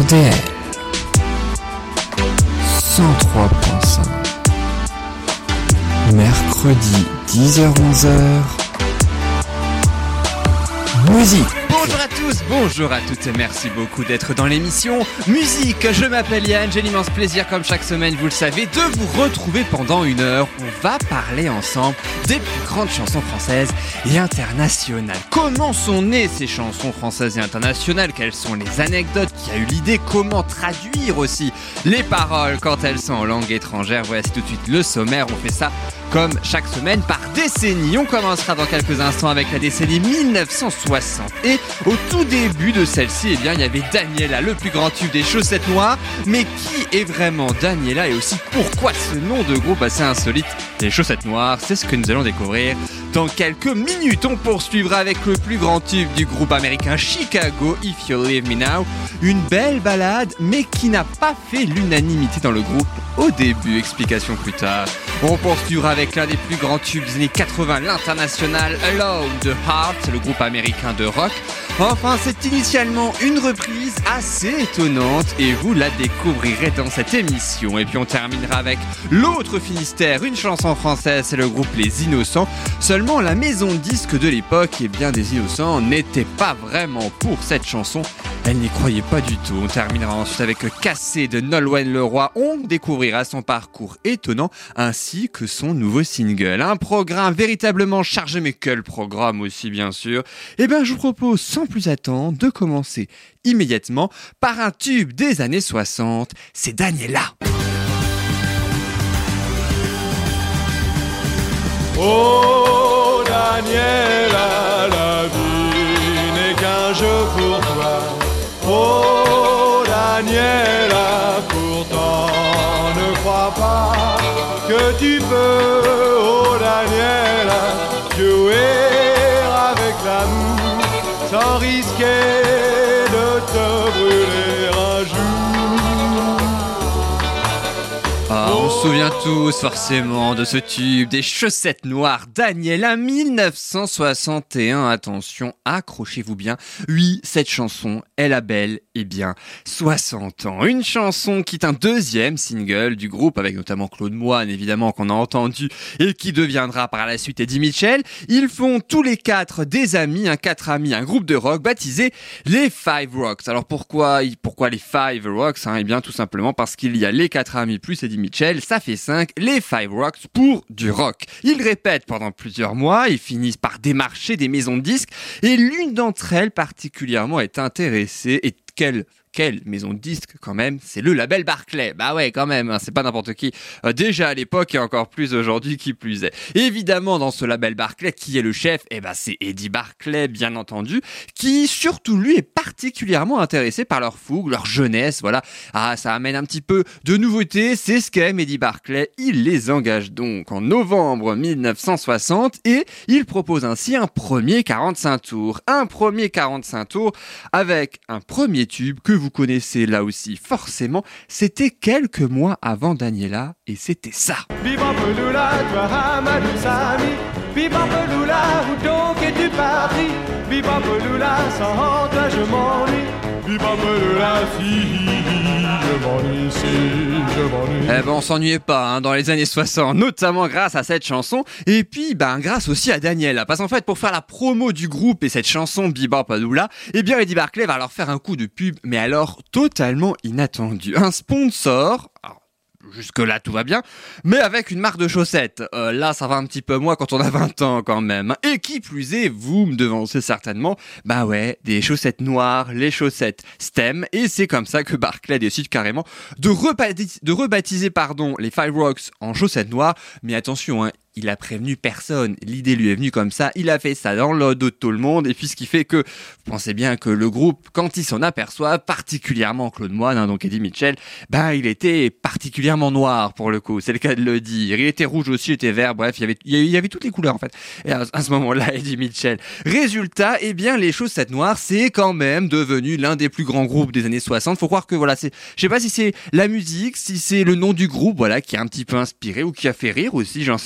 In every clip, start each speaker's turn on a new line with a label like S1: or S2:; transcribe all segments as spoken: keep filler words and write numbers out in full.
S1: D L cent trois point cinq. Mercredi dix heures onze heures. Musique.
S2: Bonjour à tous, bonjour à toutes et merci beaucoup d'être dans l'émission Musique. Je m'appelle Yann, j'ai l'immense plaisir comme chaque semaine, vous le savez, de vous retrouver pendant une heure. On va parler ensemble des plus grandes chansons françaises et internationales. Comment sont nées ces chansons françaises et internationales? Quelles sont les anecdotes? Qui a eu l'idée? Comment traduire aussi les paroles quand elles sont en langue étrangère? Voici tout de suite le sommaire, on fait ça comme chaque semaine par décennie. On commencera dans quelques instants avec la décennie dix-neuf cent soixante. Et au tout début de celle-ci, eh bien, il y avait Daniela, le plus grand tube des chaussettes noires. Mais qui est vraiment Daniela et aussi pourquoi ce nom de groupe assez insolite, les chaussettes noires? C'est ce que nous allons découvrir dans quelques minutes. On poursuivra avec le plus grand tube du groupe américain Chicago, If You Leave Me Now. Une belle balade, mais qui n'a pas fait l'unanimité dans le groupe au début. Explication plus tard. On poursuivra avec l'un des plus grands tubes des années quatre-vingts, l'international Alone de Heart, le groupe américain de rock. Enfin, c'est initialement une reprise assez étonnante et vous la découvrirez dans cette émission. Et puis on terminera avec l'autre Finistère, une chanson française, c'est le groupe Les Innocents. Seulement la maison de disques de l'époque, et bien des Innocents, n'était pas vraiment pour cette chanson. Elle n'y croyait pas du tout. On terminera ensuite avec Cassé de Nolwenn Leroy. On découvrira son parcours étonnant ainsi que son nouveau single. Un programme véritablement chargé, mais quel programme aussi bien sûr. Eh bien je vous propose sans plus attendre de commencer immédiatement par un tube des années soixante. C'est Daniela.
S3: Oh Daniela, la vie n'est qu'un jeu pour toi. Oh Daniela, pourtant ne crois pas que tu peux, oh Daniela, jouer avec l'amour sans risquer de te brûler un jour.
S2: Ah, on se souvient tous forcément de ce tube des chaussettes noires Daniela dix-neuf cent soixante et un. Attention, accrochez-vous bien. Oui, cette chanson, elle a bel et bien soixante ans. Une chanson qui est un deuxième single du groupe avec notamment Claude Moine évidemment qu'on a entendu et qui deviendra par la suite Eddie Mitchell. Ils font tous les quatre des amis, un quatre amis, un groupe de rock baptisé les Five Rocks. Alors pourquoi, pourquoi les Five Rocks hein? Eh bien tout simplement parce qu'il y a les quatre amis plus Eddie Mitchell, ça fait cinq, les Five Rocks pour du rock. Ils répètent pendant plusieurs mois, ils finissent par démarcher des maisons de disques et l'une d'entre elles particulièrement est intéressée. Et quelle Quelle maison de disques quand même, c'est le label Barclay. Bah ouais quand même, hein, c'est pas n'importe qui. Euh, déjà à l'époque et encore plus aujourd'hui qui plus est. Évidemment dans ce label Barclay, qui est le chef? Eh ben c'est Eddie Barclay bien entendu, qui surtout lui est particulièrement intéressé par leur fougue, leur jeunesse, voilà. Ah ça amène un petit peu de nouveauté, c'est ce qu'aime Eddie Barclay. Il les engage donc en novembre dix-neuf cent soixante et il propose ainsi un premier quarante-cinq tours. Un premier quarante-cinq tours avec un premier tube que vous connaissez là aussi forcément, c'était quelques mois avant Daniela et c'était ça.
S3: Vivant Peloula, toi ma douce amie. Vivant Peloula, où donc es-tu parti? Vivant Peloula, sans toi je m'ennuie. Vivant Peloula, si je m'ennuie, si je m'ennuie.
S2: Eh ben on s'ennuyait pas hein, dans les années soixante, notamment grâce à cette chanson et puis ben grâce aussi à Daniela, parce qu'en fait pour faire la promo du groupe et cette chanson Biba Padoula, eh bien Eddie Barclay va leur faire un coup de pub, mais alors totalement inattendu. Un sponsor. Alors, jusque-là, tout va bien, mais avec une marque de chaussettes. Euh, là, ça va un petit peu moins quand on a vingt ans quand même. Et qui plus est, vous me devancez certainement, bah ouais, des chaussettes noires, les chaussettes STEM, et c'est comme ça que Barclay décide carrément de, rebaptiser, de rebaptiser pardon, les Five Rocks en chaussettes noires. Mais attention, hein, il a prévenu personne. L'idée lui est venue comme ça. Il a fait ça dans le dos de tout le monde. Et puis ce qui fait que, vous pensez bien que le groupe, quand il s'en aperçoit, particulièrement Claude Moine, hein, donc Eddie Mitchell, ben il était particulièrement noir pour le coup. C'est le cas de le dire. Il était rouge aussi, il était vert. Bref, il y avait, il y avait toutes les couleurs en fait. Et à, à ce moment-là, Eddie Mitchell. Résultat, eh bien les chaussettes noires, c'est quand même devenu l'un des plus grands groupes des années soixante. Faut croire que voilà, c'est, je sais pas si c'est la musique, si c'est le nom du groupe, voilà, qui a un petit peu inspiré ou qui a fait rire aussi, j'en sais rien. Mais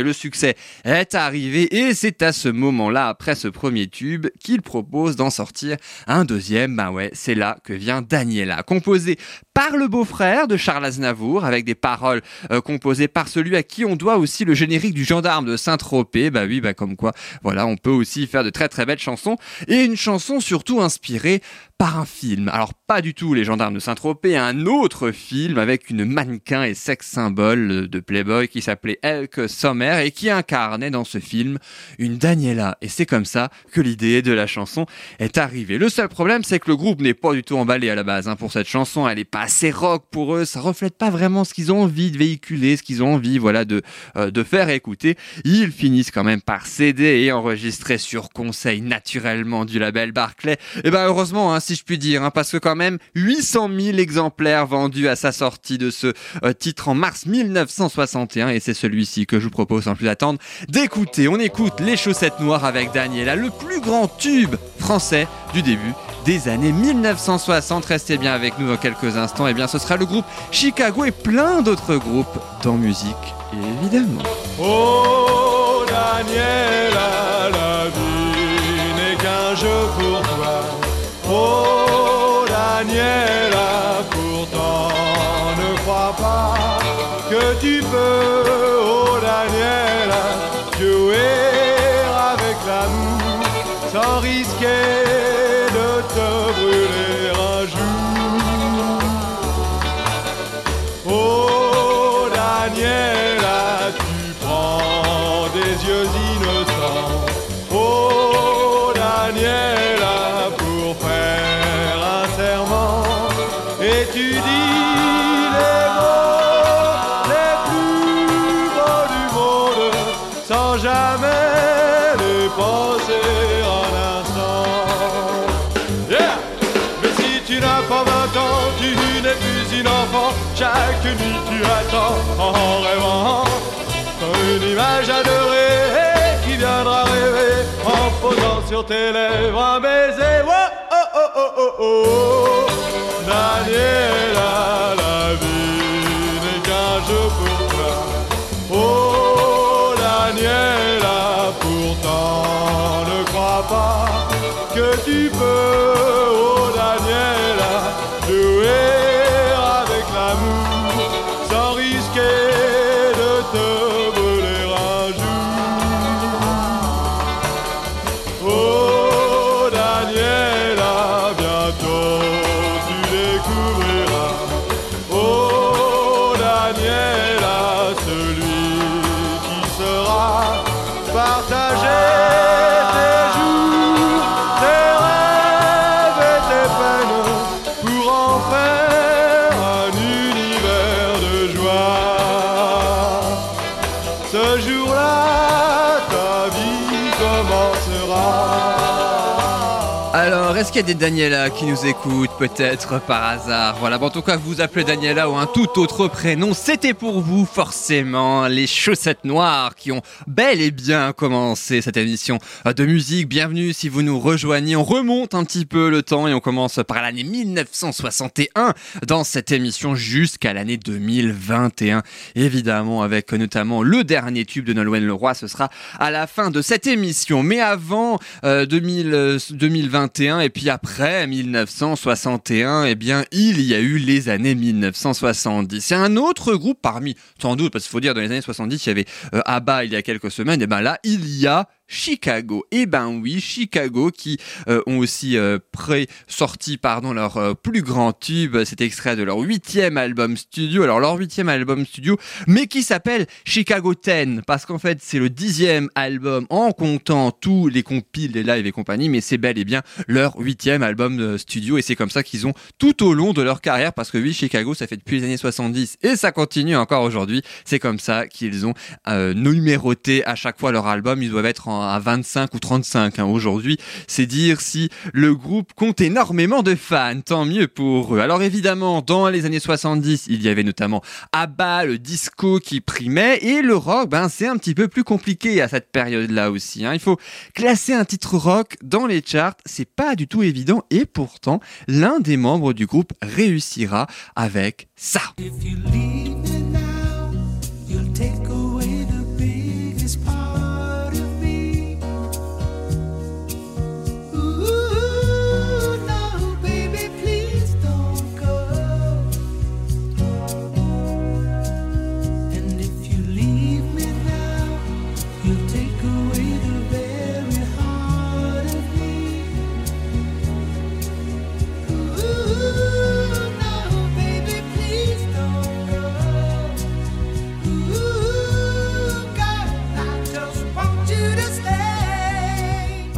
S2: le succès est arrivé et c'est à ce moment-là, après ce premier tube, qu'il propose d'en sortir un deuxième. Ben ouais, c'est là que vient Daniela, composé par le beau-frère de Charles Aznavour, avec des paroles euh, composées par celui à qui on doit aussi le générique du Gendarme de Saint-Tropez. Bah oui, bah comme quoi, voilà, on peut aussi faire de très très belles chansons, et une chanson surtout inspirée par un film. Alors pas du tout Les Gendarmes de Saint-Tropez, un autre film avec une mannequin et sex symbole de Playboy qui s'appelait Elke Sommer et qui incarnait dans ce film une Daniela. Et c'est comme ça que l'idée de la chanson est arrivée. Le seul problème, c'est que le groupe n'est pas du tout emballé à la base hein, pour cette chanson. Elle est pas assez rock pour eux, ça reflète pas vraiment ce qu'ils ont envie de véhiculer, ce qu'ils ont envie voilà de euh, de faire écouter. Ils finissent quand même par céder et enregistrer sur conseil naturellement du label Barclay. Et ben heureusement hein, si je puis dire, hein, parce que quand même huit cent mille exemplaires vendus à sa sortie de ce euh, titre en mars mille neuf cent soixante et un, et c'est celui-ci que je vous propose sans plus attendre d'écouter. On écoute Les Chaussettes Noires avec Daniela, le plus grand tube français du début des années mille neuf cent soixante. Restez bien avec nous dans quelques instants, et bien ce sera le groupe Chicago et plein d'autres groupes dans musique, évidemment.
S3: Oh Daniela, la vie n'est qu'un jeu pour toi. Oh Daniela, pourtant ne crois pas que tu peux, oh Daniela, jouer avec l'amour sans risquer de te brûler un jour. Oh Daniela, tu prends des yeux innocents. Oh Daniela, pour faire un serment, et tu dis les mots les plus beaux du monde sans jamais les penser un instant. Yeah! Mais si tu n'as pas vingt ans, tu n'es plus une enfant. Chaque nuit tu attends en rêvant une image adorée qui viendra rêver en posant sur tes lèvres un baiser. Oh oh oh oh oh oh. Daniela, la vie n'est qu'un jeu pour toi. Oh Daniela, pourtant ne crois pas que tu peux, oh Daniela, jouer avec l'amour sans risquer de te brûler un jour. Oh Daniela, bientôt tu découvriras. Oh Daniela, celui qui sera partagé tes jours, tes rêves et tes peines pour en faire un univers de joie. Ce jour-là, ta vie commencera.
S2: Alors, est-ce qu'il y a des Daniela qui nous écoutent, peut-être par hasard? Voilà, bon, en tout cas, vous vous appelez Daniela ou un tout autre prénom, c'était pour vous, forcément, les Chaussettes Noires qui ont bel et bien commencé cette émission de musique. Bienvenue si vous nous rejoignez. On remonte un petit peu le temps et on commence par l'année mille neuf cent soixante et un dans cette émission jusqu'à l'année deux mille vingt et un. Évidemment, avec notamment le dernier tube de Nolwenn Leroy, ce sera à la fin de cette émission. Mais avant euh, deux mille, euh, deux mille vingt et un et puis après mille neuf cent soixante et un, eh bien il y a eu les années mille neuf cent soixante-dix. C'est un autre groupe parmi tant d'autres, parce qu'il faut dire dans les années soixante-dix il y avait euh, ABBA il y a quelques semaines, et ben là il y a Chicago. Et ben oui, Chicago qui euh, ont aussi euh, pré-sorti pardon leur euh, plus grand tube, cet extrait de leur huitième album studio. Alors leur huitième album studio, mais qui s'appelle Chicago dix, parce qu'en fait c'est le dixième album en comptant tous les compiles, les lives et compagnie, mais c'est bel et bien leur huitième album studio, et c'est comme ça qu'ils ont tout au long de leur carrière, parce que oui, Chicago ça fait depuis les années soixante-dix et ça continue encore aujourd'hui. C'est comme ça qu'ils ont euh, numéroté à chaque fois leur album. Ils doivent être en à vingt-cinq ou trente-cinq hein, aujourd'hui. C'est dire si le groupe compte énormément de fans, tant mieux pour eux. Alors évidemment, dans les années soixante-dix, il y avait notamment ABBA, le disco qui primait, et le rock, ben c'est un petit peu plus compliqué à cette période-là aussi. Hein. Il faut classer un titre rock dans les charts, c'est pas du tout évident, et pourtant, l'un des membres du groupe réussira avec ça.
S4: If you leave me now, you'll take away the biggest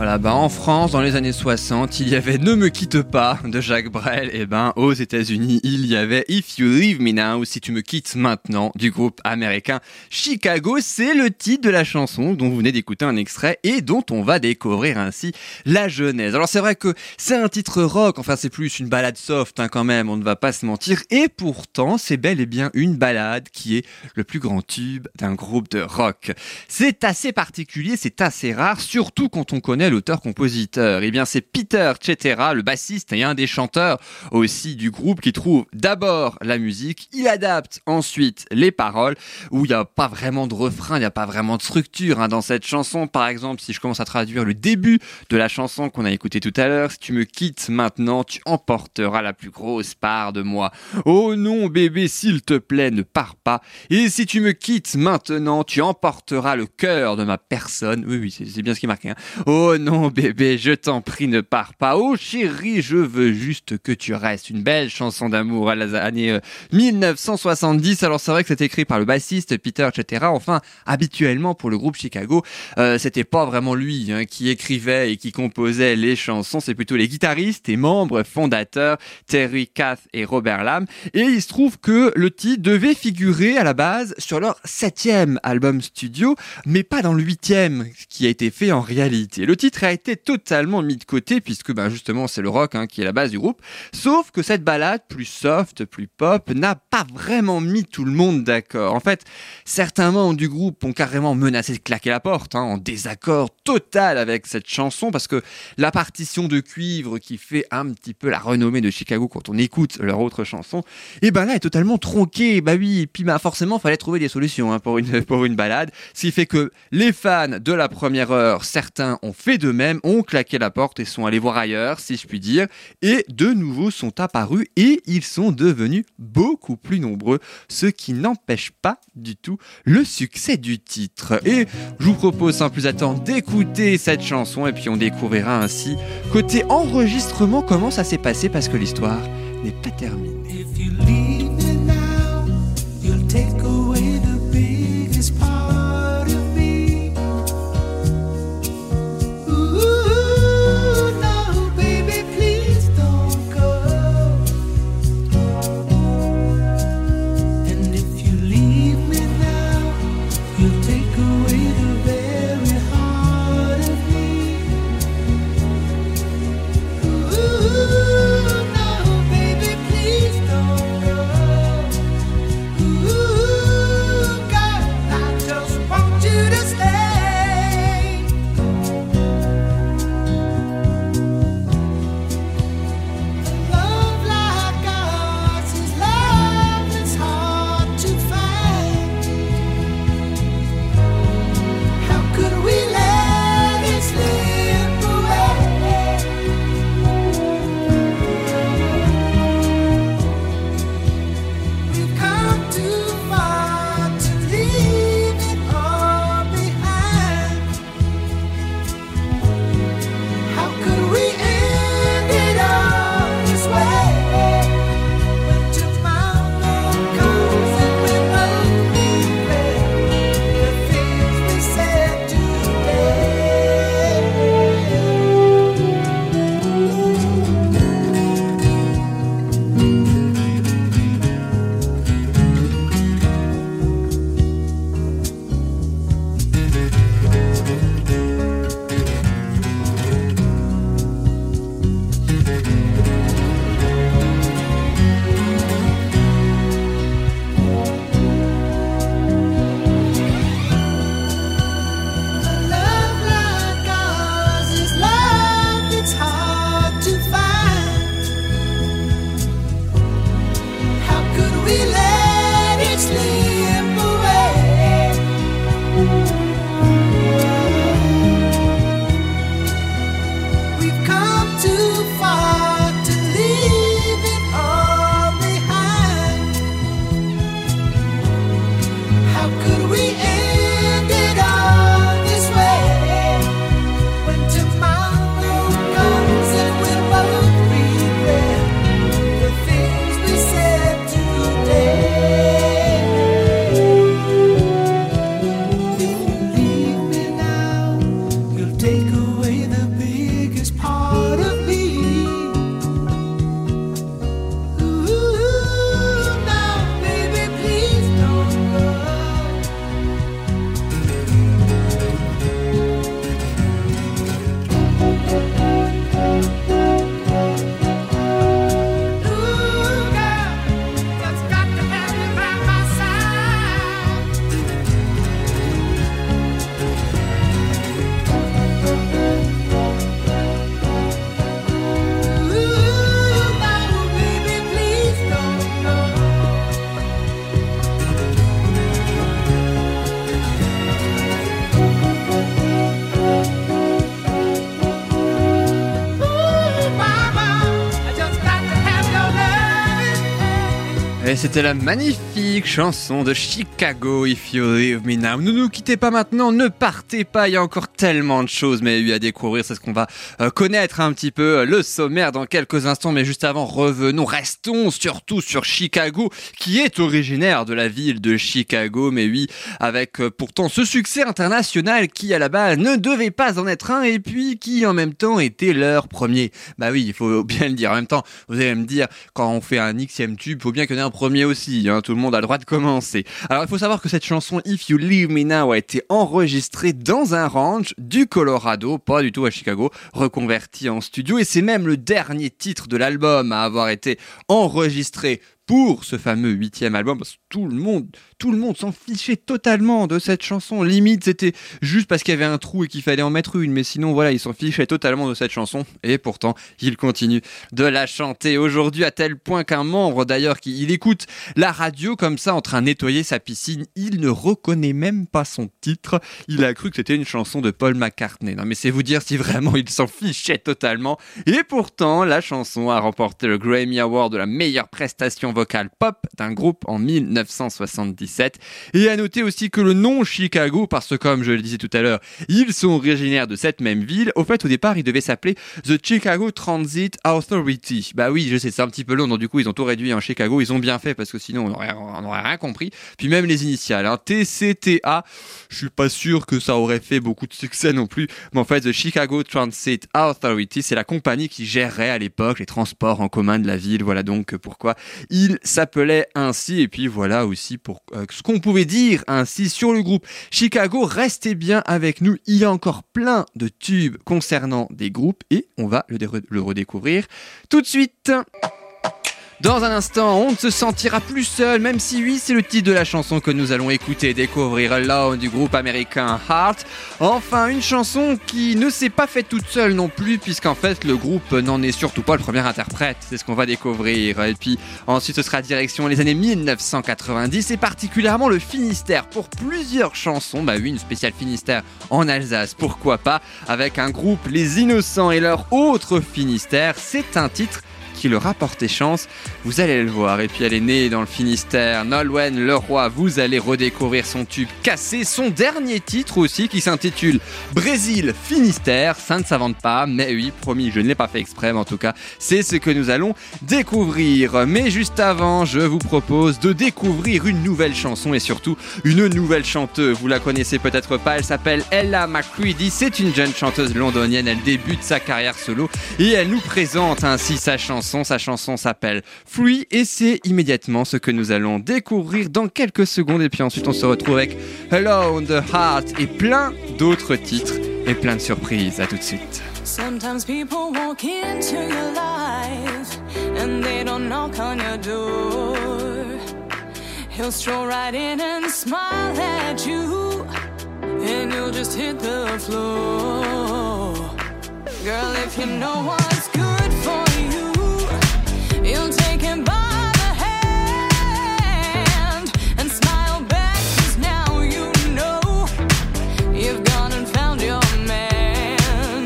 S2: Voilà, bah en France, dans les années soixante, il y avait Ne me quitte pas de Jacques Brel. Et ben aux États-Unis, il y avait If You Leave Me Now, si tu me quittes maintenant, du groupe américain Chicago. C'est le titre de la chanson dont vous venez d'écouter un extrait et dont on va découvrir ainsi la genèse. Alors c'est vrai que c'est un titre rock, enfin c'est plus une balade soft hein, quand même, on ne va pas se mentir. Et pourtant, c'est bel et bien une balade qui est le plus grand tube d'un groupe de rock. C'est assez particulier, c'est assez rare, surtout quand on connaît l'auteur-compositeur. Eh bien, c'est Peter Cetera, le bassiste et un des chanteurs aussi du groupe, qui trouve d'abord la musique, il adapte ensuite les paroles, où il n'y a pas vraiment de refrain, il n'y a pas vraiment de structure hein, dans cette chanson. Par exemple, si je commence à traduire le début de la chanson qu'on a écoutée tout à l'heure, si tu me quittes maintenant, tu emporteras la plus grosse part de moi. Oh non, bébé, s'il te plaît, ne pars pas. Et si tu me quittes maintenant, tu emporteras le cœur de ma personne. Oui, oui, c'est, c'est bien ce qui est marqué. Hein. Oh non, bébé, je t'en prie, ne pars pas. Oh chérie, je veux juste que tu restes. Une belle chanson d'amour à l'année euh, dix-neuf cent soixante-dix. Alors c'est vrai que c'est écrit par le bassiste Peter Cetera. Enfin, habituellement pour le groupe Chicago, euh, c'était pas vraiment lui hein, qui écrivait et qui composait les chansons. C'est plutôt les guitaristes et membres fondateurs Terry Kath et Robert Lamm. Et il se trouve que le titre devait figurer à la base sur leur septième album studio, mais pas dans le huitième qui a été fait en réalité. Le titre a été totalement mis de côté puisque ben justement c'est le rock hein, qui est la base du groupe. Sauf que cette balade plus soft, plus pop n'a pas vraiment mis tout le monde d'accord. En fait, certains membres du groupe ont carrément menacé de claquer la porte, hein, en désaccord total avec cette chanson parce que la partition de cuivre qui fait un petit peu la renommée de Chicago quand on écoute leur autre chanson, et ben là est totalement tronquée. Bah oui, et puis bah forcément fallait trouver des solutions hein, pour une pour une balade. Ce qui fait que les fans de la première heure, certains ont fait de même, ont claqué la porte et sont allés voir ailleurs, si je puis dire, et de nouveaux sont apparus et ils sont devenus beaucoup plus nombreux, ce qui n'empêche pas du tout le succès du titre. Et je vous propose sans plus attendre d'écouter cette chanson et puis on découvrira ainsi côté enregistrement comment ça s'est passé parce que l'histoire n'est pas terminée.
S4: If you leave me now, you'll take away the biggest part of me. Ooh, no, baby, please don't go. And if you leave me now, you'll take away the very heart of me. Ooh, no, baby, please don't go.
S2: Et c'était la magnifique chanson de Chicago, If You Leave Me Now. Ne nous quittez pas maintenant, ne partez pas, il y a encore tellement de choses mais oui, à découvrir, c'est ce qu'on va euh, connaître un petit peu, euh, le sommaire dans quelques instants, mais juste avant, revenons, restons surtout sur Chicago, qui est originaire de la ville de Chicago, mais oui, avec euh, pourtant ce succès international qui à la base ne devait pas en être un, et puis qui en même temps était leur premier. Bah oui, il faut bien le dire, en même temps, vous allez me dire, quand on fait un Xème tube, il faut bien qu'il y en ait un premier aussi, hein, tout le monde a le droit de commencer. Alors il faut savoir que cette chanson If You Leave Me Now a été enregistrée dans un ranch du Colorado, pas du tout à Chicago, reconverti en studio, et c'est même le dernier titre de l'album à avoir été enregistré pour ce fameux huitième album, parce que tout le monde, tout le monde s'en fichait totalement de cette chanson. Limite, c'était juste parce qu'il y avait un trou et qu'il fallait en mettre une, mais sinon, voilà, ils s'en fichaient totalement de cette chanson. Et pourtant, il continue de la chanter aujourd'hui, à tel point qu'un membre, d'ailleurs, qui il écoute la radio comme ça, en train de nettoyer sa piscine, il ne reconnaît même pas son titre. Il a cru que c'était une chanson de Paul McCartney. Non, mais c'est vous dire si vraiment il s'en fichait totalement. Et pourtant, la chanson a remporté le Grammy Award de la meilleure prestation vocale pop d'un groupe en dix-neuf cent soixante-dix-sept. Et à noter aussi que le nom Chicago, parce que comme je le disais tout à l'heure, ils sont originaires de cette même ville. Au fait, au départ, il devait s'appeler The Chicago Transit Authority. Bah oui, je sais, c'est un petit peu long, donc du coup, ils ont tout réduit en Chicago. Ils ont bien fait, parce que sinon, on n'aurait, on n'aurait rien compris. Puis même les initiales, hein, T C T A, je suis pas sûr que ça aurait fait beaucoup de succès non plus. Mais en fait, The Chicago Transit Authority, c'est la compagnie qui gérerait à l'époque les transports en commun de la ville. Voilà donc pourquoi il s'appelait ainsi. Et puis voilà aussi pour euh, ce qu'on pouvait dire ainsi sur le groupe Chicago. Restez bien avec nous, il y a encore plein de tubes concernant des groupes et on va le, dé- le redécouvrir tout de suite. Dans un instant, on ne se sentira plus seul, même si oui, c'est le titre de la chanson que nous allons écouter et découvrir, Alone du groupe américain Heart. Enfin, une chanson qui ne s'est pas faite toute seule non plus, puisqu'en fait, le groupe n'en est surtout pas le premier interprète. C'est ce qu'on va découvrir. Et puis, ensuite, ce sera direction les années dix-neuf cent quatre-vingt-dix et particulièrement le Finistère pour plusieurs chansons. Bah oui, une spéciale Finistère en Alsace, pourquoi pas, avec un groupe, Les Innocents et leur autre Finistère. C'est un titre qui leur a porté chance, vous allez le voir. Et puis elle est née dans le Finistère, Nolwenn Leroy, vous allez redécouvrir son tube Cassé, son dernier titre aussi qui s'intitule Brésil Finistère, ça ne s'invente pas, mais oui, promis, je ne l'ai pas fait exprès, mais en tout cas, c'est ce que nous allons découvrir. Mais juste avant, je vous propose de découvrir une nouvelle chanson et surtout une nouvelle chanteuse. Vous la connaissez peut-être pas, elle s'appelle Ella McCready, c'est une jeune chanteuse londonienne, elle débute sa carrière solo et elle nous présente ainsi sa chanson. Sa chanson s'appelle Free et c'est immédiatement ce que nous allons découvrir dans quelques secondes. Et puis ensuite on se retrouve avec Alone, The Heart et plein d'autres titres et plein de surprises. À tout de suite.
S5: Sometimes people walk into your life and they don't knock on your door. He'll stroll right in and smile at you and you'll just hit the floor. Girl, if you know what's good for you, you'll take him by the hand and smile back, 'cause now you know you've gone and found your man.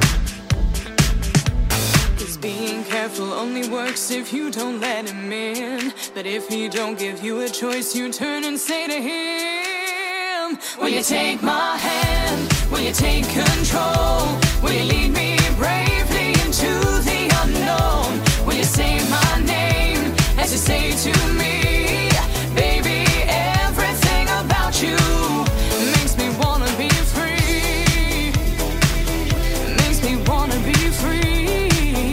S5: 'Cause being careful only works if you don't let him in. But if he don't give you a choice, you turn and say to him, will you take my hand? Will you take control? Will you lead me bravely into the unknown? Will you say my name as you say to me? Baby, everything about you makes me wanna be free. Makes me wanna be free.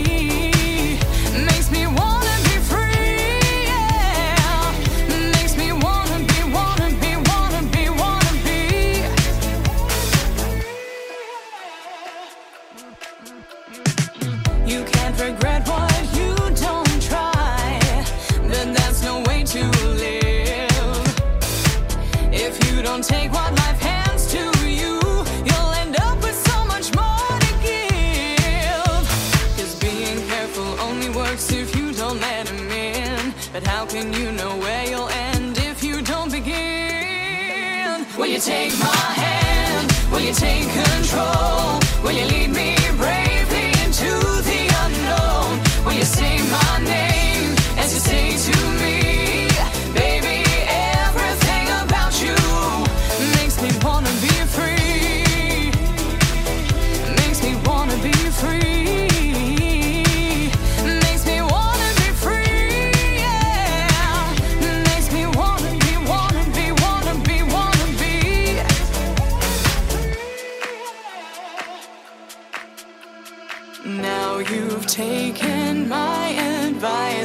S5: Makes me wanna be free, yeah. Makes me wanna be, wanna be, wanna be, wanna be. You can't regret what you don't try, but that's no way to live. If you don't take what life hands to you, you'll end up with so much more to give. 'Cause being careful only works if you don't let him in. But how can you know where you'll end if you don't begin? Will you take my hand? Will you take control? Will you lead me bravely into the unknown? Will you say my name as you say to me?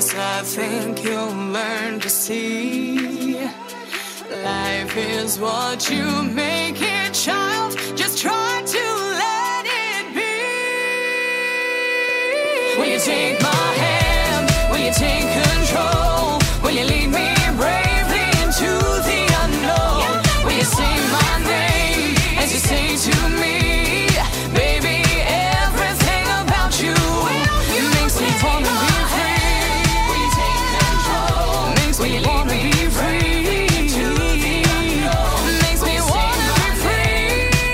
S5: Yes, I think you'll learn to see. Life is what you make it, child. Just try to let it be. Will you take my hand? Will you take control? Will you lead me bravely into the unknown? Will you say my name as you say to me, baby, everything about you makes me wanna be free. Will you take control? Makes me wanna be free. Makes me wanna be free.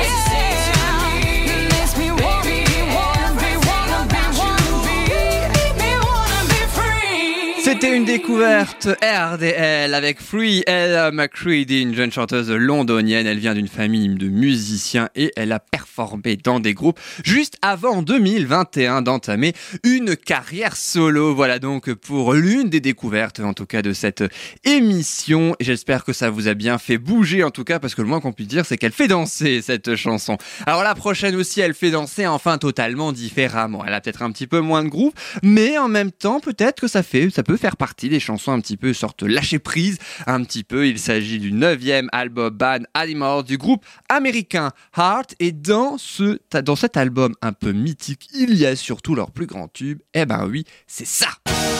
S5: Makes me wanna be, wanna be, wanna be, wanna be, me wanna be free.
S2: C'était une découverte R D L avec Free. Ella McCready, une jeune chanteuse londonienne. Elle vient d'une famille de musiciens et elle a performé dans des groupes juste avant deux mille vingt et un d'entamer une carrière solo. Voilà donc pour l'une des découvertes en tout cas de cette émission. Et j'espère que ça vous a bien fait bouger en tout cas, parce que le moins qu'on puisse dire c'est qu'elle fait danser cette chanson. Alors la prochaine aussi elle fait danser, enfin totalement différemment. Elle a peut-être un petit peu moins de groove, mais en même temps peut-être que ça fait, ça peut faire partie des chansons un petit peu sorte lâcher prise un petit peu. Il s'agit du neuvième album Bad Animals du groupe américain Heart, et dans ce dans cet album un peu mythique, il y a surtout leur plus grand tube. Eh ben oui, c'est ça.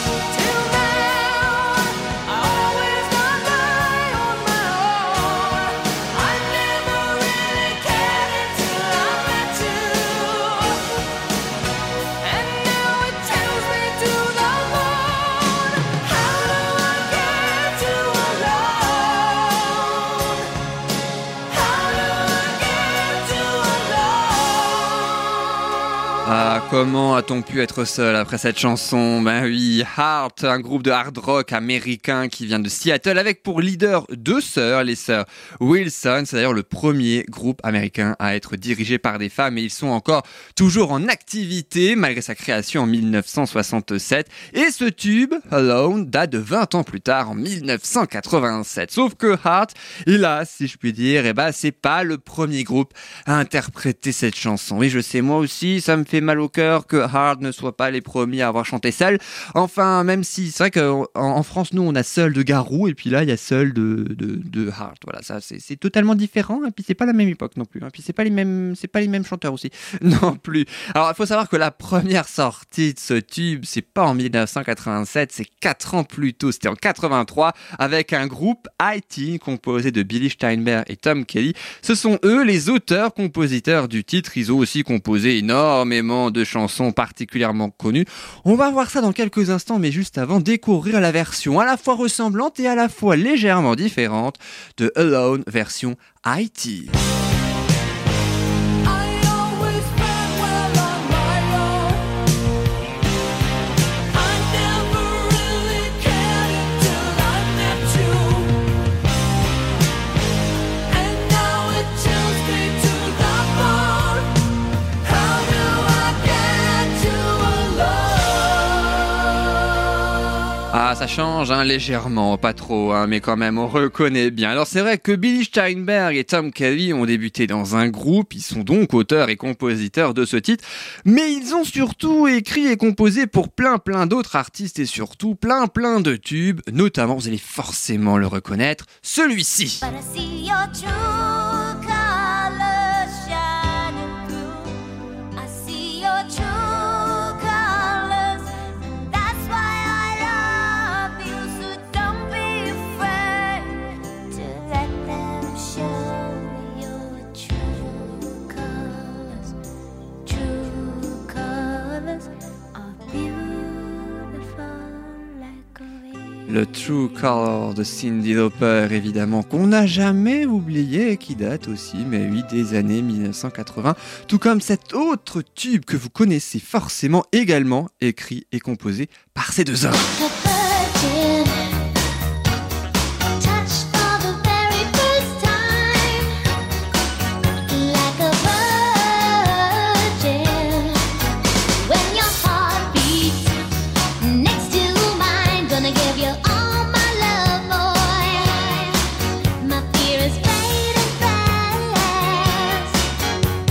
S2: Ah, comment a-t-on pu être seul après cette chanson? Ben oui, Heart, un groupe de hard rock américain qui vient de Seattle avec pour leader deux sœurs, les sœurs Wilson. C'est d'ailleurs le premier groupe américain à être dirigé par des femmes et ils sont encore toujours en activité malgré sa création en mille neuf cent soixante-sept. Et ce tube, Alone, date de vingt ans plus tard en mille neuf cent quatre-vingt-sept. Sauf que Heart, hélas, si je puis dire, eh ben, c'est pas le premier groupe à interpréter cette chanson. Oui, je sais, moi aussi, ça me fait mal au cœur que Heart ne soit pas les premiers à avoir chanté seul. Enfin, même si c'est vrai qu'en en France, nous, on a Seul de Garou, et puis là, il y a Seul de, de, de Heart. Voilà, ça, c'est, c'est totalement différent, et puis c'est pas la même époque non plus. Et puis c'est pas les mêmes, c'est pas les mêmes chanteurs aussi, non plus. Alors, il faut savoir que la première sortie de ce tube, c'est pas en mille neuf cent quatre-vingt-sept, c'est quatre ans plus tôt. C'était en quatre-vingt-trois, avec un groupe I-Teen composé de Billy Steinberg et Tom Kelly. Ce sont eux les auteurs-compositeurs du titre. Ils ont aussi composé énormément de chansons particulièrement connues. On va voir ça dans quelques instants, mais juste avant, découvrir la version à la fois ressemblante et à la fois légèrement différente de Alone version I-Teen. Ah, ça change hein, légèrement, pas trop, hein, mais quand même on reconnaît bien. Alors c'est vrai que Billy Steinberg et Tom Kelly ont débuté dans un groupe, ils sont donc auteurs et compositeurs de ce titre, mais ils ont surtout écrit et composé pour plein plein d'autres artistes et surtout plein plein de tubes, notamment, vous allez forcément le reconnaître, celui-ci.
S6: But I see your true colors shining through. I see your true colors. That's why I love you. So don't be afraid to let them show your true colors. True colors are beautiful like a rainbow.
S2: Le True Color de Cyndi Lauper, évidemment, qu'on n'a jamais oublié et qui date aussi, mais oui, des années mille neuf cent quatre-vingts. Tout comme cet autre tube que vous connaissez forcément, également écrit et composé par ces deux hommes.
S6: The virgin, touched for the very first time, like a virgin. When your heart beats next to mine, gonna give you all my love, boy. My fear is fading fast.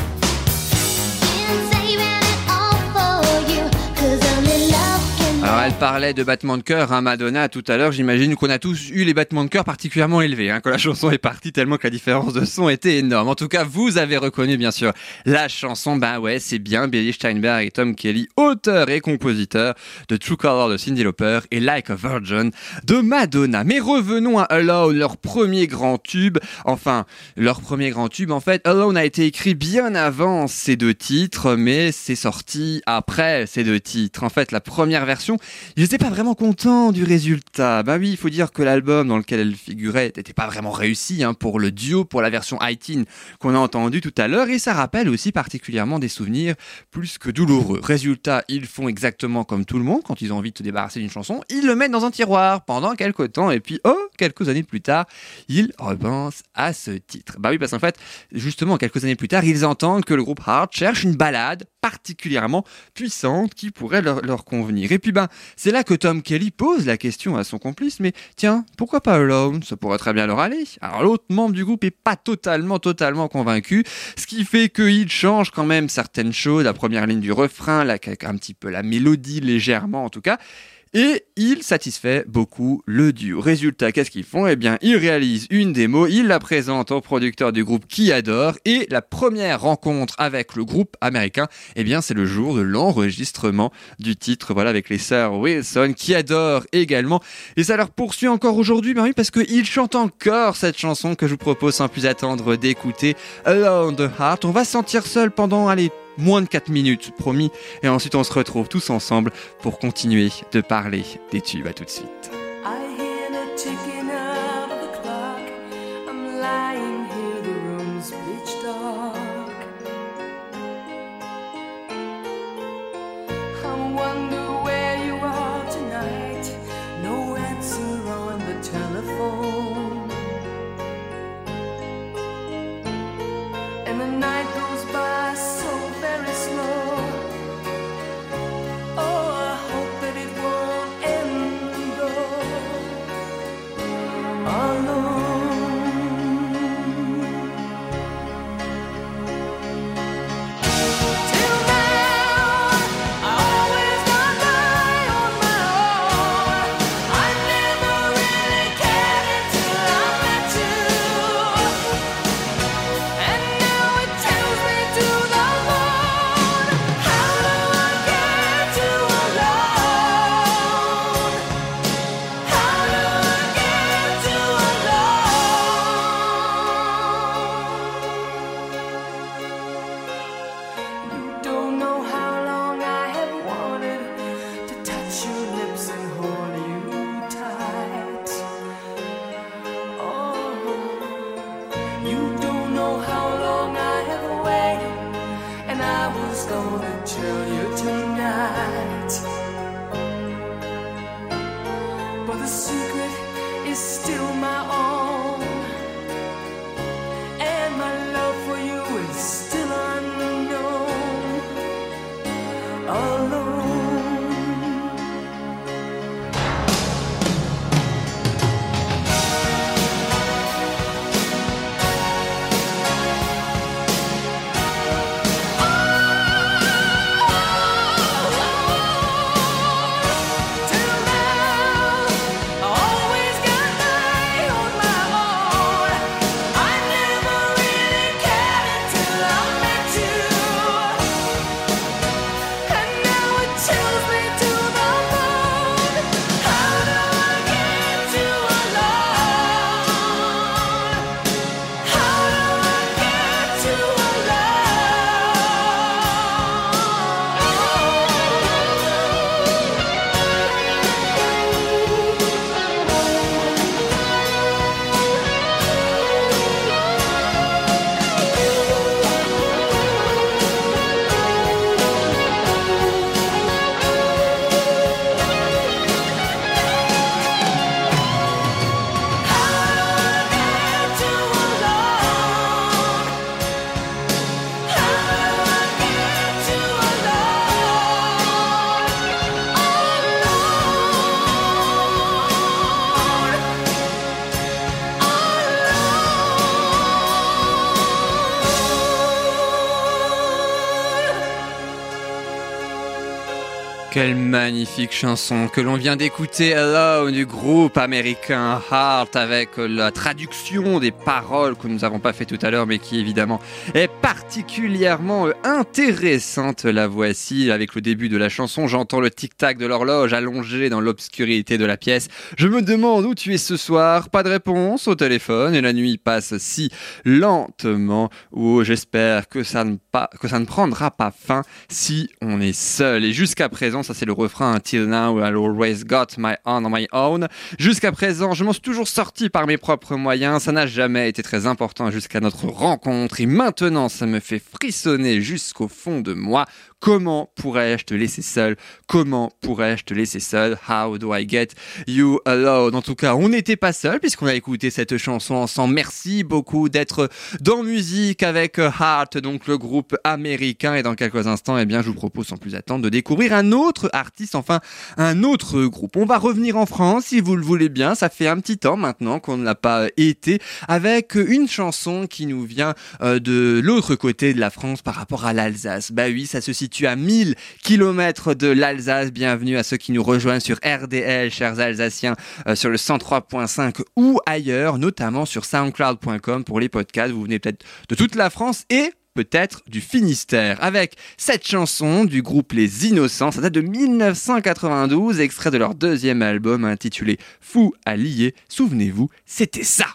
S6: Been saving it all for you, 'cause only love can.
S2: Alors elle parlait de battements de cœur, hein, Madonna, tout à l'heure, j'imagine qu'on a tous eu les battements de cœur particulièrement élevés, hein, quand la chanson est partie, tellement que la différence de son était énorme. En tout cas, vous avez reconnu, bien sûr, la chanson, ben ouais, c'est bien Billy Steinberg et Tom Kelly, auteurs et compositeurs de True Color de Cyndi Lauper et Like a Virgin de Madonna. Mais revenons à Alone, leur premier grand tube, enfin, leur premier grand tube, en fait, Alone a été écrit bien avant ces deux titres, mais c'est sorti après ces deux titres. En fait, la première version, ils n'étaient pas vraiment contents du résultat. Bah oui, il faut dire que l'album dans lequel elle figurait n'était pas vraiment réussi, hein, pour le duo, pour la version eighteen qu'on a entendu tout à l'heure, et ça rappelle aussi particulièrement des souvenirs plus que douloureux. Résultat, ils font exactement comme tout le monde, quand ils ont envie de se débarrasser d'une chanson, ils le mettent dans un tiroir pendant quelques temps, et puis oh, quelques années plus tard, ils repensent à ce titre. Bah oui, parce qu'en fait, justement, quelques années plus tard, ils entendent que le groupe Heart cherche une ballade particulièrement puissante qui pourrait leur, leur convenir. Et puis ben, c'est là que Tom Kelly pose la question à son complice, mais tiens, pourquoi pas Alone ? Ça pourrait très bien leur aller. Alors l'autre membre du groupe est pas totalement, totalement convaincu, ce qui fait qu'il change quand même certaines choses, la première ligne du refrain, la, un petit peu la mélodie, légèrement en tout cas, et il satisfait beaucoup le duo. Résultat, qu'est-ce qu'ils font ? Eh bien, ils réalisent une démo, ils la présentent au producteur du groupe qui adore, et la première rencontre avec le groupe américain, eh bien, c'est le jour de l'enregistrement du titre, voilà, avec les sœurs Wilson, qui adorent également, et ça leur poursuit encore aujourd'hui, ben oui, parce qu'ils chantent encore cette chanson que je vous propose sans plus attendre d'écouter, Alone the Heart. On va se sentir seul pendant, allez, moins de quatre minutes, promis. Et ensuite, on se retrouve tous ensemble pour continuer de parler des tubes. À tout de suite.
S7: I hear the ticking of the clock. I'm lying here, the room's pitch dark. I wonder where you are tonight. No answer on the telephone. And the night goes by so very slow. Oh, I hope that it won't end though. Alone. Till now, I always got by on my own. I never really cared until I met you. And now it tells me to the moon. How do I get to alone? How do I get to alone? You don't know how long I have wanted to touch your lips and hold you tight. Oh, you don't know how long I have waited, and I was gonna tell you tonight. But the secret is still my own, and my love for you is still unknown. Alone. Oh,
S2: Quelle magnifique chanson que l'on vient d'écouter, Hello, du groupe américain Heart, avec la traduction des paroles que nous n'avons pas fait tout à l'heure, mais qui évidemment est particulièrement intéressante. La voici avec le début de la chanson. J'entends le tic-tac de l'horloge allongé dans l'obscurité de la pièce. Je me demande où tu es ce soir. Pas de réponse au téléphone et la nuit passe si lentement. Oh, j'espère que ça ne pas, que ça ne prendra pas fin si on est seul. Et jusqu'à présent, ça c'est le refrain, Until now I always got my own on my own. Jusqu'à présent, je m'en suis toujours sorti par mes propres moyens, ça n'a jamais été très important jusqu'à notre rencontre et maintenant ça me fait frissonner jusqu'au fond de moi. Comment pourrais-je te laisser seul? Comment pourrais-je te laisser seul? How do I get you alone? En tout cas, on n'était pas seul puisqu'on a écouté cette chanson ensemble. Merci beaucoup d'être dans Musique avec Heart, donc le groupe américain. Et dans quelques instants, eh bien, je vous propose sans plus attendre de découvrir un autre artiste, enfin un autre groupe. On va revenir en France si vous le voulez bien. Ça fait un petit temps maintenant qu'on ne l'a pas été, avec une chanson qui nous vient euh, de l'autre côté de la France par rapport à l'Alsace. Bah oui, ça se situe à mille kilomètres de l'Alsace. Bienvenue à ceux qui nous rejoignent sur R D L, chers Alsaciens, euh, sur le cent trois point cinq ou ailleurs, notamment sur soundcloud point com pour les podcasts. Vous venez peut-être de toute la France et peut-être du Finistère, avec cette chanson du groupe Les Innocents. Ça date de dix-neuf cent quatre-vingt-douze, extrait de leur deuxième album intitulé Fou à lier. Souvenez-vous, c'était ça.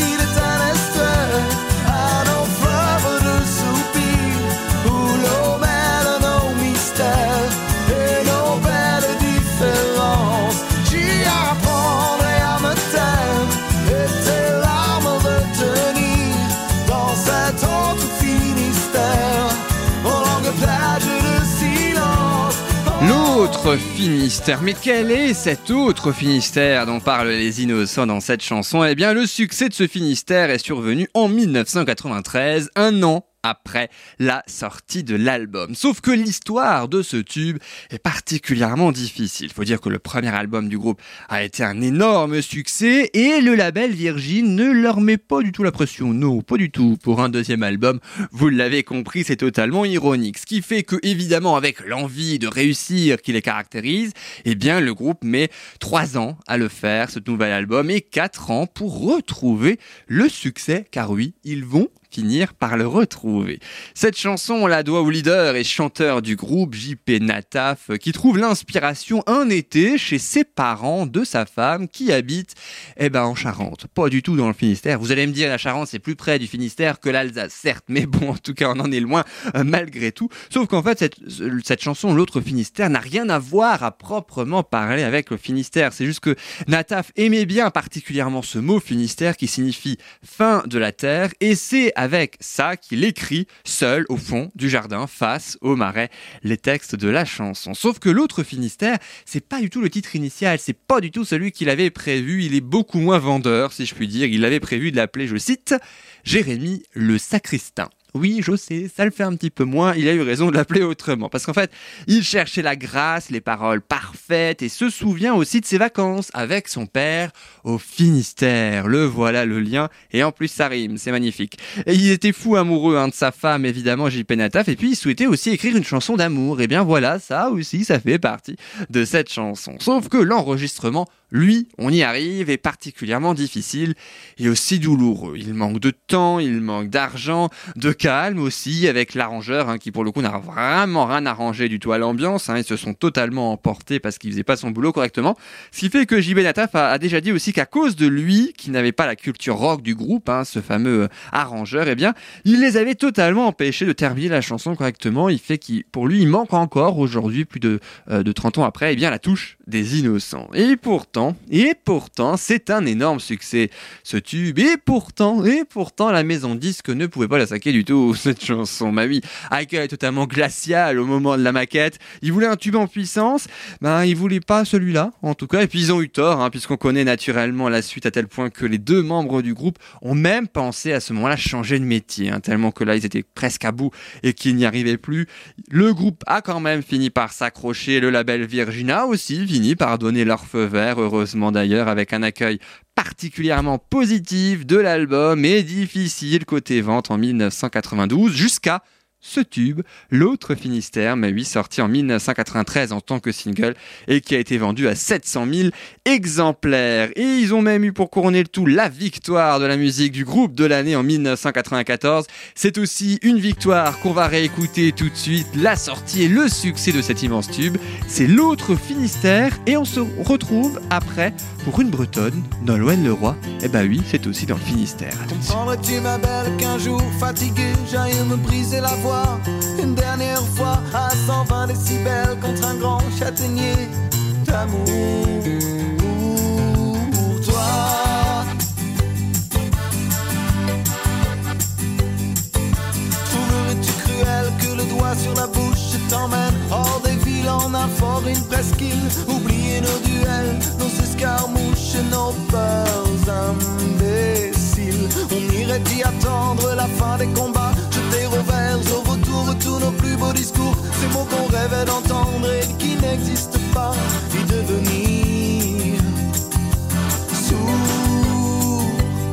S2: L'autre Finistère. Mais quel est cet autre Finistère dont parlent Les Innocents dans cette chanson? Eh bien, le succès de ce Finistère est survenu en dix-neuf cent quatre-vingt-treize, un an après la sortie de l'album. Sauf que l'histoire de ce tube est particulièrement difficile. Faut dire que le premier album du groupe a été un énorme succès et le label Virgin ne leur met pas du tout la pression. Non, pas du tout. Pour un deuxième album, vous l'avez compris, c'est totalement ironique. Ce qui fait que, évidemment, avec l'envie de réussir qui les caractérise, eh bien, le groupe met trois ans à le faire, ce nouvel album, et quatre ans pour retrouver le succès, car oui, ils vont finir par le retrouver. Cette chanson, on la doit au leader et chanteur du groupe, J P Nataf, qui trouve l'inspiration un été chez ses parents de sa femme qui habite eh ben, en Charente, pas du tout dans le Finistère. Vous allez me dire, la Charente, c'est plus près du Finistère que l'Alsace, certes, mais bon, en tout cas, on en est loin euh, malgré tout. Sauf qu'en fait, cette, cette chanson, l'autre Finistère, n'a rien à voir à proprement parler avec le Finistère. C'est juste que Nataf aimait bien particulièrement ce mot Finistère qui signifie fin de la terre, et c'est avec ça qu'il écrit seul au fond du jardin face au marais les textes de la chanson. Sauf que l'autre Finistère, c'est pas du tout le titre initial, c'est pas du tout celui qu'il avait prévu, il est beaucoup moins vendeur si je puis dire. Il avait prévu de l'appeler, je cite, Jérémie le sacristain. Oui, je sais, ça le fait un petit peu moins, il a eu raison de l'appeler autrement. Parce qu'en fait, il cherchait la grâce, les paroles parfaites et se souvient aussi de ses vacances avec son père au Finistère. Le voilà le lien, et en plus ça rime, c'est magnifique. Et il était fou amoureux hein, de sa femme, évidemment, J P Nataf, et puis il souhaitait aussi écrire une chanson d'amour. Et bien voilà, ça aussi, ça fait partie de cette chanson. Sauf que l'enregistrement, lui, on y arrive, est particulièrement difficile et aussi douloureux. Il manque de temps, il manque d'argent, de calme aussi, avec l'arrangeur hein, qui pour le coup n'a vraiment rien arrangé du tout à l'ambiance. Hein, ils se sont totalement emportés parce qu'il faisait pas son boulot correctement. Ce qui fait que J B Nataf a, a déjà dit aussi qu'à cause de lui, qui n'avait pas la culture rock du groupe, hein, ce fameux euh, arrangeur, eh bien, il les avait totalement empêchés de terminer la chanson correctement. Il fait qu'il, pour lui, il manque encore aujourd'hui, plus de, euh, de trente ans après, eh bien, la touche des Innocents. Et pourtant, Et pourtant, c'est un énorme succès, ce tube. Et pourtant, et pourtant, la maison disque ne pouvait pas la saquer du tout, cette chanson. Bah oui, accueil totalement glacial au moment de la maquette. Ils voulaient un tube en puissance, ben ils voulaient pas celui-là, en tout cas. Et puis ils ont eu tort, hein, puisqu'on connaît naturellement la suite à tel point que les deux membres du groupe ont même pensé à ce moment-là changer de métier, hein, tellement que là ils étaient presque à bout et qu'ils n'y arrivaient plus. Le groupe a quand même fini par s'accrocher. Le label Virgin a aussi fini par donner leur feu vert, heureusement d'ailleurs, avec un accueil particulièrement positif de l'album et difficile côté vente en dix-neuf cent quatre-vingt-douze, jusqu'à ce tube, l'autre Finistère, mais oui, sorti en dix-neuf cent quatre-vingt-treize en tant que single et qui a été vendu à sept cent mille exemplaires. Et ils ont même eu pour couronner le tout la victoire de la musique du groupe de l'année en dix-neuf cent quatre-vingt-quatorze. C'est aussi une victoire qu'on va réécouter tout de suite, la sortie et le succès de cet immense tube. C'est l'autre Finistère et on se retrouve après pour une bretonne, Nolwenn Leroy. Eh bah oui, c'est aussi dans le Finistère. Attention.
S8: Comprendrais-tu ma belle qu'un jour fatigué j'aille me briser la voix une dernière fois à cent vingt décibels contre un grand châtaignier d'amour pour toi. Trouverais-tu cruel que le doigt sur la bouche t'emmène hors des villes en un fort, une presqu'île? Oublier nos duels, nos escarmouches et nos peurs imbéciles. On irait y attendre la fin des combats, jeter au vert, au retour, tous nos plus beaux discours, ces mots qu'on rêvait d'entendre et qui n'existent pas, y devenir sourd.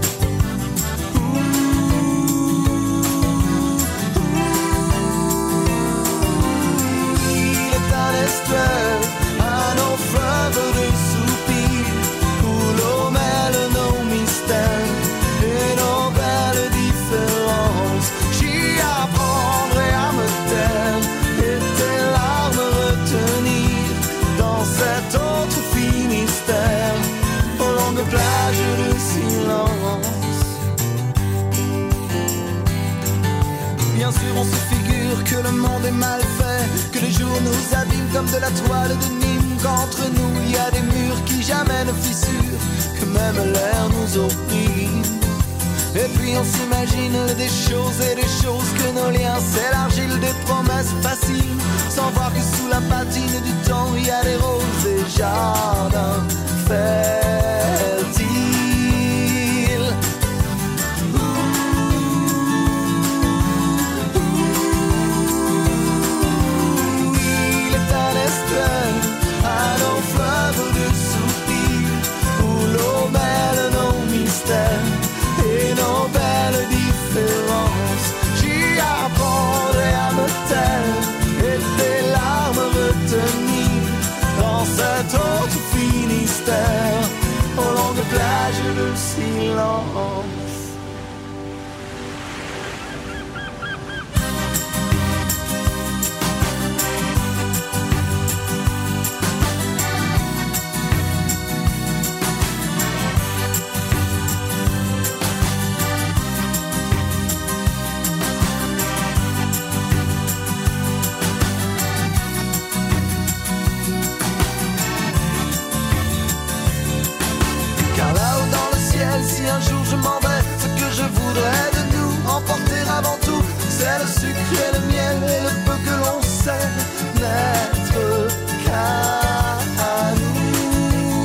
S8: Il est un estuaire, un orfèvre de soupirs, où l'eau mêle nos mystères et nos belles différences. J'y apprendrai à me taire et tes larmes retenir dans cet autre Finistère, aux longues plages de silence. Bien sûr on se figure que le monde est mal fait, que les jours nous abîment comme de la toile de Nîmes, qu'entre nous il y a des murs qui jamais ne fissurent, que même l'air nous opprime. Et puis on s'imagine des choses et des choses, que nos liens s'élargissent, des promesses faciles, sans voir que sous la patine du temps il y a des roses et jardins fertiles. Il est un estuaire, un long fleuve de soupirs, où l'eau mêle nos mystères et nos belles différences. J'y apprendrai à me taire et tes larmes retenir dans cet autre Finistère, aux longues plages de silence. Si un jour je m'en vais, ce que je voudrais de nous emporter avant tout, c'est le sucre et le miel et le peu que l'on sait n'être qu'à nous.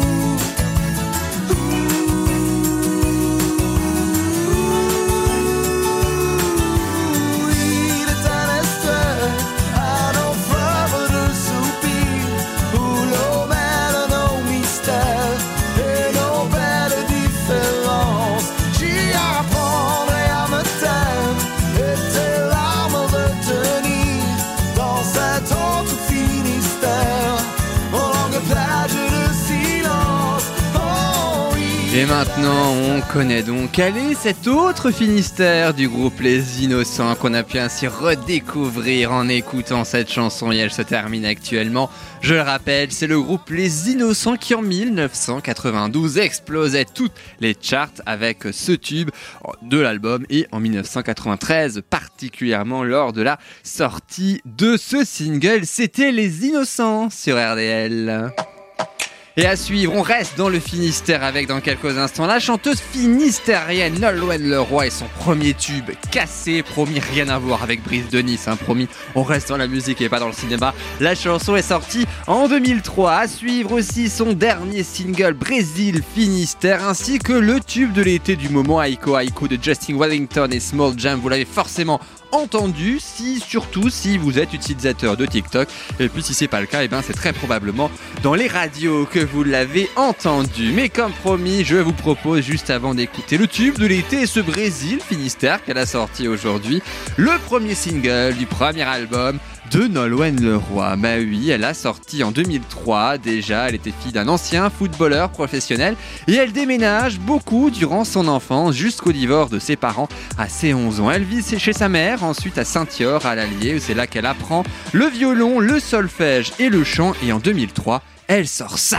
S8: Il est un estuaire, un orfèvre de soupirs, où l'eau mêle nos mystères et nos belles différences. J'y apprendrai à me taire et tes larmes retenir dans cet autre Finistère, aux longues plages de silence. Oh oui.
S2: Et maintenant, on connaît donc quel est cet autre Finistère du groupe Les Innocents qu'on a pu ainsi redécouvrir en écoutant cette chanson, et elle se termine actuellement. Je le rappelle, c'est le groupe Les Innocents qui en dix-neuf cent quatre-vingt-douze explosait toutes les charts avec ce tube de l'album, et en dix-neuf cent quatre-vingt-treize particulièrement lors de la sortie de ce single. C'était Les Innocents sur R D L. Et à suivre, on reste dans le Finistère avec dans quelques instants la chanteuse finistérienne Nolwenn Leroy et son premier tube, Cassé. Promis, rien à voir avec Brise de Nice, hein, promis, on reste dans la musique et pas dans le cinéma. La chanson est sortie en deux mille trois. À suivre aussi son dernier single, Brésil Finistère, ainsi que le tube de l'été du moment, Aiko Aiko de Justin Wellington et Small Jam. Vous l'avez forcément entendu, si surtout si vous êtes utilisateur de TikTok. Et puis si c'est pas le cas, et ben c'est très probablement dans les radios que vous l'avez entendu. Mais comme promis, je vous propose juste avant d'écouter le tube de l'été, ce Brésil Finistère qu'elle a sorti aujourd'hui, le premier single du premier album de Nolwenn Leroy. Bah oui, elle a sorti en deux mille trois déjà, elle était fille d'un ancien footballeur professionnel et elle déménage beaucoup durant son enfance jusqu'au divorce de ses parents à ses onze ans. Elle vit chez sa mère, ensuite à Saint-Yor à l'Allier, où c'est là qu'elle apprend le violon, le solfège et le chant, et en deux mille trois, elle sort ça.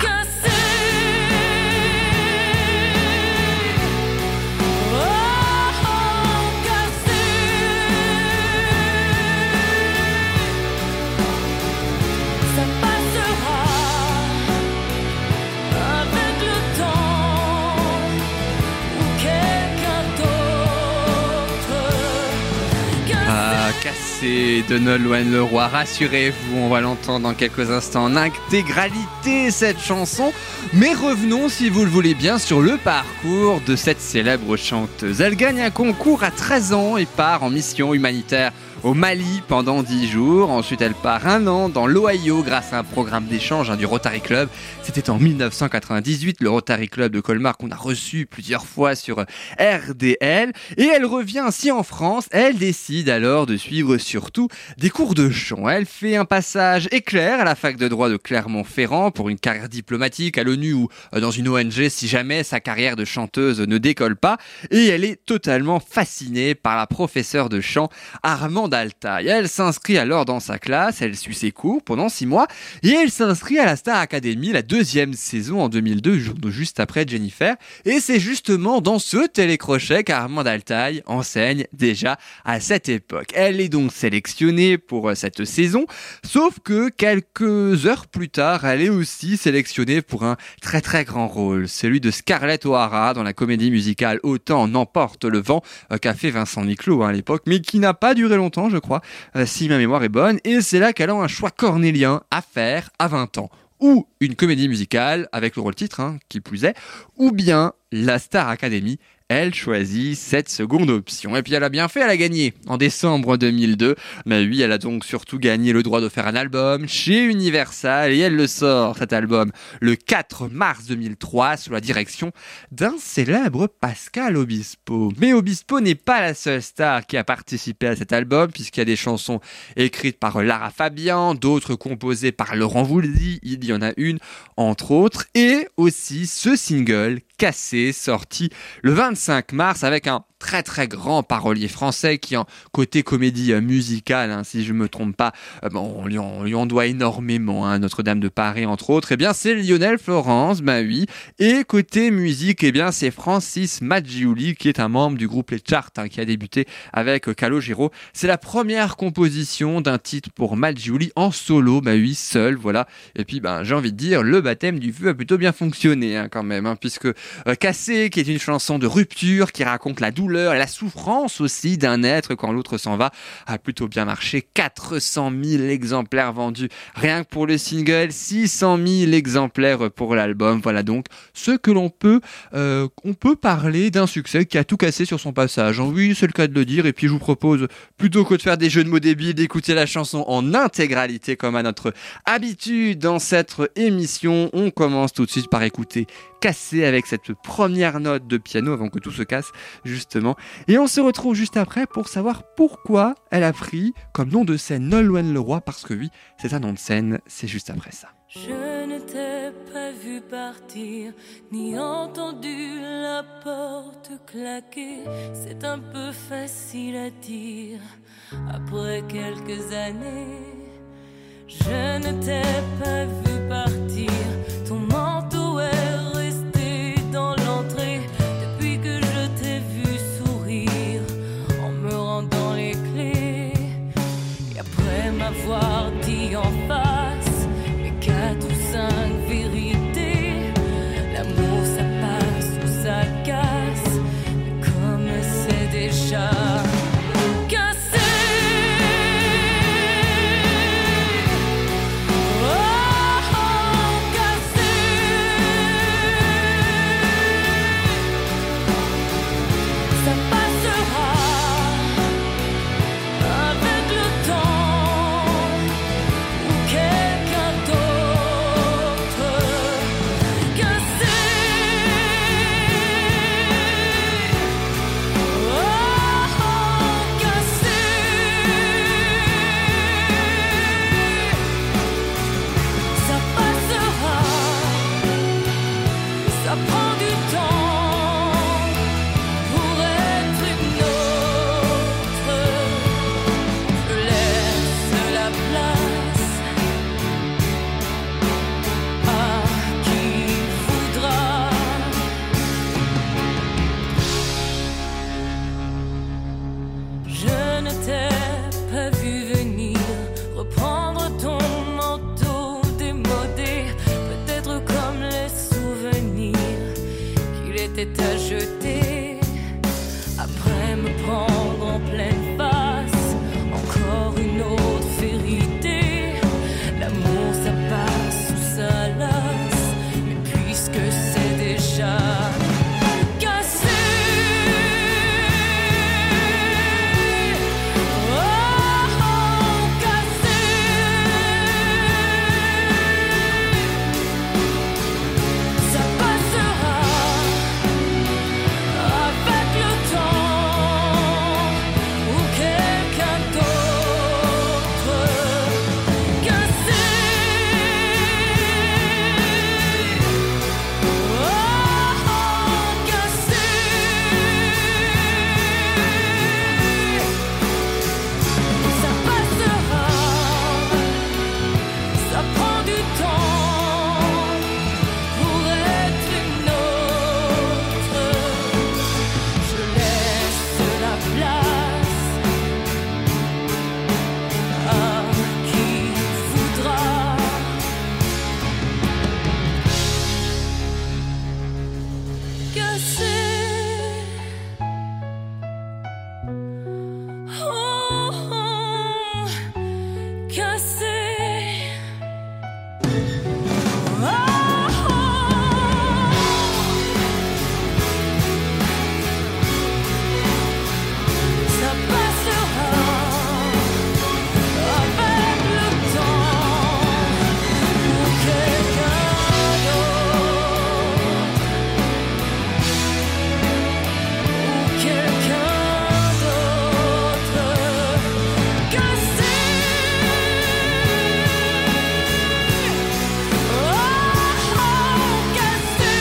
S2: Cassé de Nolwenn Leroy, rassurez-vous, on va l'entendre dans quelques instants en intégralité cette chanson, mais revenons si vous le voulez bien sur le parcours de cette célèbre chanteuse. Elle gagne un concours à treize ans et part en mission humanitaire au Mali pendant dix jours. Ensuite, elle part un an dans l'Ohio grâce à un programme d'échange hein, du Rotary Club. C'était en dix-neuf cent quatre-vingt-dix-huit, le Rotary Club de Colmar qu'on a reçu plusieurs fois sur R D L. Et elle revient ainsi en France. Elle décide alors de suivre surtout des cours de chant. Elle fait un passage éclair à la fac de droit de Clermont-Ferrand pour une carrière diplomatique à l'ONU ou dans une O N G si jamais sa carrière de chanteuse ne décolle pas. Et elle est totalement fascinée par la professeure de chant Armande Altaï. Elle s'inscrit alors dans sa classe, elle suit ses cours pendant six mois et elle s'inscrit à la Star Academy, la deuxième saison en deux mille deux, juste après Jennifer. Et c'est justement dans ce télécrochet qu'Armande Altaï enseigne déjà à cette époque. Elle est donc sélectionnée pour cette saison, sauf que quelques heures plus tard, elle est aussi sélectionnée pour un très très grand rôle, celui de Scarlett O'Hara dans la comédie musicale Autant en emporte le vent qu'a fait Vincent Niclot hein, à l'époque, mais qui n'a pas duré longtemps je crois, euh, si ma mémoire est bonne, et c'est là qu'elle a un choix cornélien à faire à vingt ans. Ou une comédie musicale, avec le rôle-titre, hein, qui plus est, ou bien la Star Academy. Elle choisit cette seconde option. Et puis elle a bien fait, elle a gagné en décembre deux mille deux. Mais oui, elle a donc surtout gagné le droit de faire un album chez Universal et elle le sort, cet album, le quatre mars deux mille trois sous la direction d'un célèbre Pascal Obispo. Mais Obispo n'est pas la seule star qui a participé à cet album puisqu'il y a des chansons écrites par Lara Fabian, d'autres composées par Laurent Voulzy, il y en a une entre autres, et aussi ce single Cassé, sorti le vingt-cinq mars avec un très très grand parolier français qui en côté comédie euh, musicale, hein, si je me trompe pas, euh, bon, on, lui en, on lui en doit énormément, hein, Notre-Dame de Paris entre autres, et eh bien c'est Lionel Florence, bah oui, et côté musique, et eh bien c'est Francis Maggiuli qui est un membre du groupe Les Charts, hein, qui a débuté avec euh, Calogero. C'est la première composition d'un titre pour Maggiuli en solo, bah oui, seul, voilà, et puis ben bah, j'ai envie de dire, le baptême du feu a plutôt bien fonctionné hein, quand même, hein, puisque euh, Cassé, qui est une chanson de rupture qui raconte la douleur et la souffrance aussi d'un être quand l'autre s'en va, a plutôt bien marché. quatre cent mille exemplaires vendus rien que pour le single, six cent mille exemplaires pour l'album. Voilà donc ce que l'on peut euh, on peut parler d'un succès qui a tout cassé sur son passage. Oui, c'est le cas de le dire, et puis je vous propose, plutôt que de faire des jeux de mots débiles, d'écouter la chanson en intégralité comme à notre habitude dans cette émission. On commence tout de suite par écouter Cassé avec cette première note de piano avant que tout se casse justement, et on se retrouve juste après pour savoir pourquoi elle a pris comme nom de scène Nolwenn Leroy, parce que oui, c'est un nom de scène, c'est juste après ça.
S5: Je ne t'ai pas vu partir, ni entendu la porte claquer. C'est un peu facile à dire, après quelques années. Je ne t'ai pas vu partir, ton manteau est resté dans l'entrée. Depuis que je t'ai vu sourire, en me rendant les clés. Et après m'avoir dit en face mes quatre ou cinq vérités, l'amour ça passe ou ça casse, mais comme c'est déjà cassé. Oh, oh, ça prend du temps pour être une autre. Je laisse la place à qui voudra. Je ne t'ai pas vu venir reprendre ton manteau démodé, peut-être comme les souvenirs qu'il était à jeter. Après me prendre en pleine face, encore une autre vérité. L'amour ça passe ou ça lasse, mais puisque c'est déjà cassé. Oh, oh, cassé. Ça passera avec le temps ou quelqu'un d'autre. Cassé. Oh, oh, cassé. Ça passera, ça prend du temps pour être une autre. Je laisse la place à qui voudra. Cassé. Oh, oh, cassé. Oh, oh. Ça passera avec le temps ou quelqu'un d'autre. Ou quelqu'un d'autre. Cassé. Oh, oh, cassé.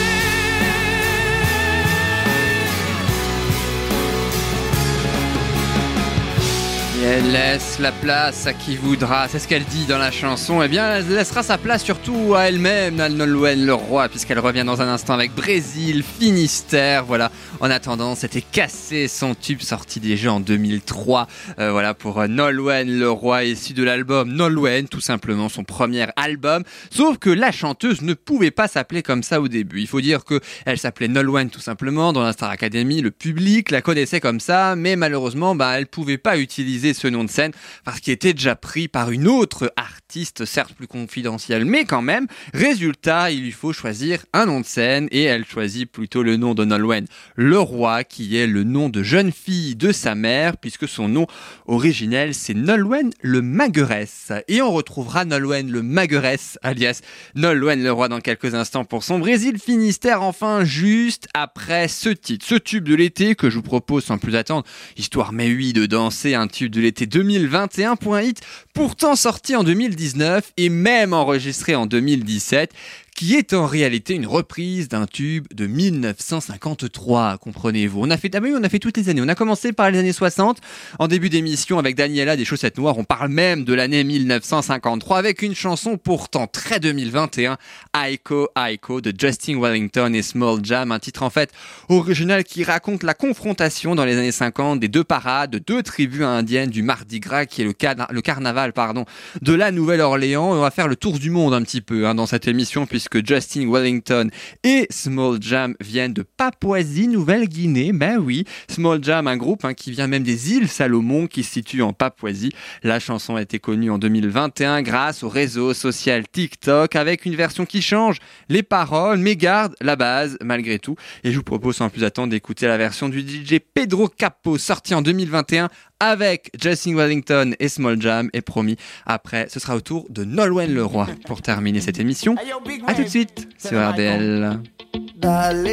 S2: Et elle laisse la place à qui voudra, c'est ce qu'elle dit dans la chanson. Eh bien, elle laissera sa place surtout à elle-même, à Nolwenn Leroy, puisqu'elle revient dans un instant avec Brésil, Finistère. Voilà, en attendant, c'était Cassé, son tube sorti déjà en deux mille trois. Euh, voilà, pour euh, Nolwenn Leroy, issu de l'album Nolwenn, tout simplement son premier album. Sauf que la chanteuse ne pouvait pas s'appeler comme ça au début. Il faut dire que elle s'appelait Nolwenn tout simplement. Dans la Star Academy, le public la connaissait comme ça, mais malheureusement, bah, elle pouvait pas utiliser ce nom de scène parce qu'il était déjà pris par une autre artiste, certes plus confidentielle, mais quand même. Résultat, il lui faut choisir un nom de scène et elle choisit plutôt le nom de Nolwenn Leroy, qui est le nom de jeune fille de sa mère, puisque son nom originel c'est Nolwenn le Magueresse. Et on retrouvera Nolwenn le Magueresse, alias Nolwenn Leroy, dans quelques instants pour son Brésil Finistère, enfin juste après ce titre, ce tube de l'été que je vous propose sans plus attendre, histoire mais oui de danser, un tube de l'été deux mille vingt et un, point hit, pourtant sorti en deux mille dix-neuf et même enregistré en deux mille dix-sept, qui est en réalité une reprise d'un tube de mille neuf cent cinquante-trois, comprenez-vous. On a fait, ah oui, on a fait toutes les années. On a commencé par les années soixante. En début d'émission, avec Daniela des Chaussettes Noires, on parle même de l'année mille neuf cent cinquante-trois avec une chanson pourtant très deux mille vingt et un, Aiko Aiko de Justin Wellington et Small Jam, un titre en fait original qui raconte la confrontation dans les années cinquante des deux parades de deux tribus indiennes du Mardi Gras, qui est le, car- le carnaval pardon, de la Nouvelle-Orléans. Et on va faire le tour du monde un petit peu hein, dans cette émission, puisque Justin Wellington et Small Jam viennent de Papouasie-Nouvelle-Guinée. Ben oui, Small Jam, un groupe hein, qui vient même des îles Salomon, qui se situe en Papouasie. La chanson a été connue en deux mille vingt et un grâce au réseau social TikTok, avec une version qui change les paroles, mais garde la base malgré tout. Et je vous propose sans plus attendre d'écouter la version du D J Pedro Capo, sortie en deux mille vingt et un avec Justin Wellington et Small Jam. Et promis, après, ce sera au tour de Nolwenn Leroy pour terminer cette émission. A tout de suite sur R D L.
S8: Dale,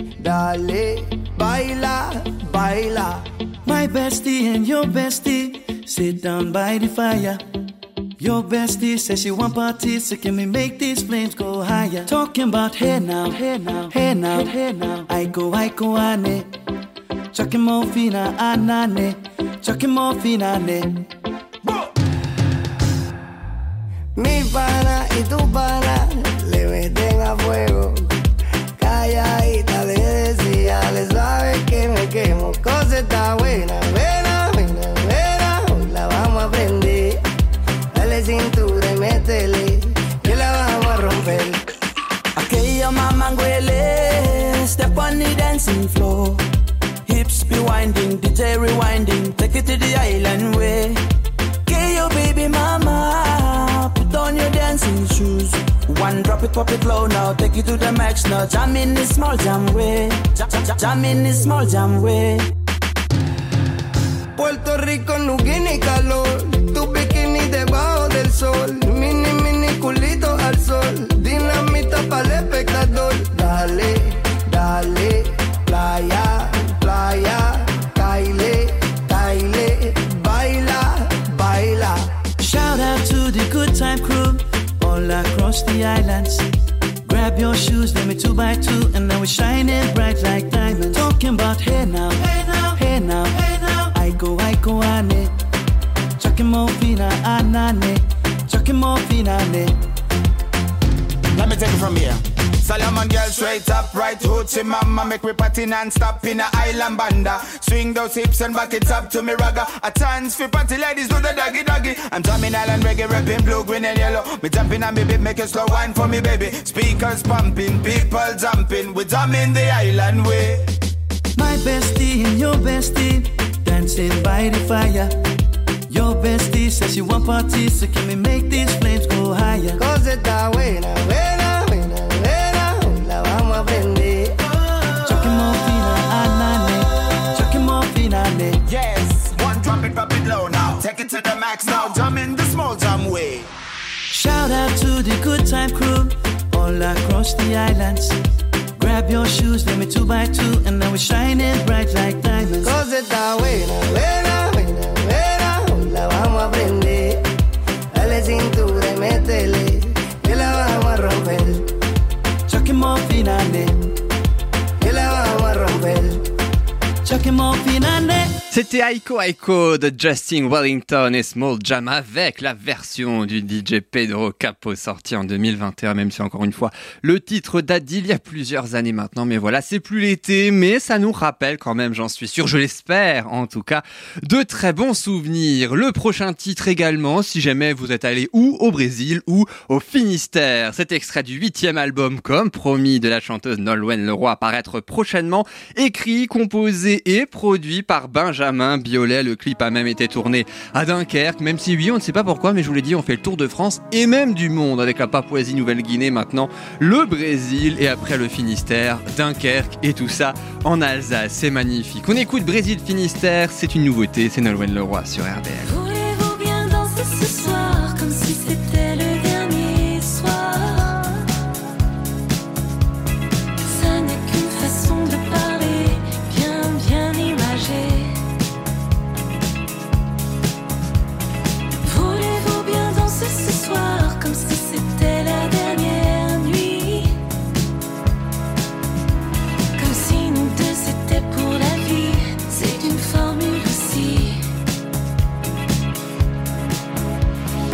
S8: dale, baila, baila. My bestie and your bestie sit down by the fire. Your bestie says she want parties, so can we make these flames go higher? Talking about hey now, hey now, hey now, hey now. I go, I go, ane. Chucking more fina, anane. Chucking more fina, ane.
S9: Mi pana y tu pana le meten a fuego. Calladita le decía, le sabe que me quemo. Cosa está buena, buena, buena, buena. Hoy la vamos a prender. Dale cintura y métele, que la vamos a romper.
S8: Aquella mamá huele, step on the dancing floor. Hips be winding, D J rewinding, take it to the island way. Okay, your baby mama, put on your dancing shoes. One drop it, pop it low now, take it to the max now. Jam in the small jam way, jam, jam, jam in the small jam way.
S9: Puerto Rico no tiene calor, tu bikini debajo del sol, mini mini culito al sol, dinamita para el espectador. Dale, dale, playa, playa, caile, caile, baila, baila.
S8: Shout out to the good time crew all across the islands. Grab your shoes, let me two by two, and now we're shining bright like diamonds. Talking about hey now, hey now, hey now, hey now. I go, I go, ane. Chucking more fina, anane. Chucking more fina, ane.
S10: Let me take it from here. Solomon girl straight up, right hoochie mama. Make me party non-stop in a island banda. Swing those hips and back it up to me ragga. A chance for party ladies do the doggy doggy. I'm drumming island reggae, rapping blue, green and yellow. Me jumping on me beat, make a slow wine for me baby. Speakers pumping, people jumping. We drumming the island way.
S8: My bestie and your bestie dancing by the fire. Your bestie says she want parties, so can we make these flames go higher?
S9: Cosa está buena, buena, buena, buena. Hoy la vamos a prender.
S8: Chucking more fina, anane. Chucking more fina, ane.
S10: Yes, one drop it, drop it low now. Take it to the max now. Jump in the small jam way.
S8: Shout out to the good time crew all across the islands. Grab your shoes, let me two by two, and now we're shining bright like diamonds.
S9: Cosa está buena, buena, buena, buena. Hoy la vamos a prender. Dale cintura y métele, que la vamos a romper.
S8: Chucking more fina, ane.
S9: Que la vamos a romper.
S8: Chucking more fina, ane.
S2: C'était Aiko Aiko de Justin Wellington et Small Jam avec la version du D J Pedro Capo sortie en deux mille vingt et un, même si encore une fois le titre date d'il y a plusieurs années maintenant, mais voilà, c'est plus l'été, mais ça nous rappelle quand même, j'en suis sûr, je l'espère en tout cas, de très bons souvenirs. Le prochain titre également, si jamais vous êtes allé ou au Brésil ou au Finistère. Cet extrait du huitième album, comme promis, de la chanteuse Nolwenn Leroy, à paraître prochainement, écrit, composé et produit par Benjamin Benjamin Biolay. Le clip a même été tourné à Dunkerque, même si oui, on ne sait pas pourquoi, mais je vous l'ai dit, on fait le tour de France et même du monde avec la Papouasie-Nouvelle-Guinée maintenant, le Brésil et après le Finistère, Dunkerque et tout ça en Alsace. C'est magnifique. On écoute Brésil-Finistère, c'est une nouveauté, c'est Nolwenn Leroy sur R D L.
S5: Voulez-vous bien danser ce soir comme si c'était le dernier soir? Ça n'est qu'une façon de parler, bien bien imagée. Voulez-vous bien danser ce soir comme si c'était la dernière nuit? Comme si nous deux c'était pour la vie, c'est une formule aussi.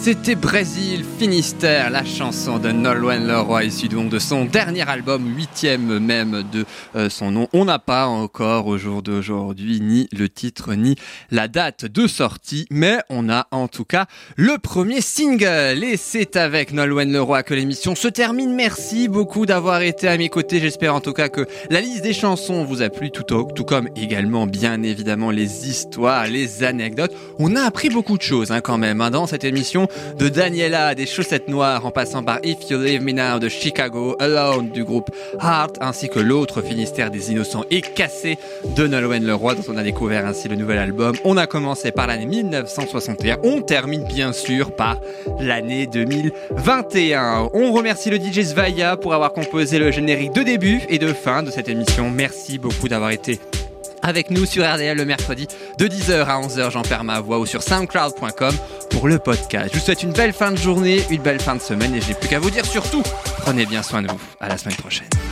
S2: C'était Brésil Finistère, la chanson de Nolwenn Leroy, issue donc de son dernier album, huitième même de euh, son nom. On n'a pas encore au jour d'aujourd'hui ni le titre ni la date de sortie, mais on a en tout cas le premier single. Et c'est avec Nolwenn Leroy que l'émission se termine. Merci beaucoup d'avoir été à mes côtés. J'espère en tout cas que la liste des chansons vous a plu, tout, au, tout comme également bien évidemment les histoires, les anecdotes. On a appris beaucoup de choses hein, quand même hein, dans cette émission. De Daniela, des Chaussettes Noires, en passant par If You Leave Me Now de Chicago, Alone du groupe Heart, ainsi que l'autre Finistère des Innocents et Cassés de Nolwenn Leroy, dont on a découvert ainsi le nouvel album. On a commencé par l'année dix-neuf cent soixante et un, on termine bien sûr par l'année deux mille vingt et un. On remercie le D J Svaya pour avoir composé le générique de début et de fin de cette émission. Merci beaucoup d'avoir été avec nous sur R D L le mercredi de dix heures à onze heures, j'en perds ma voix, ou sur soundcloud point com pour le podcast. Je vous souhaite une belle fin de journée, une belle fin de semaine et j'ai plus qu'à vous dire surtout, prenez bien soin de vous. À la semaine prochaine.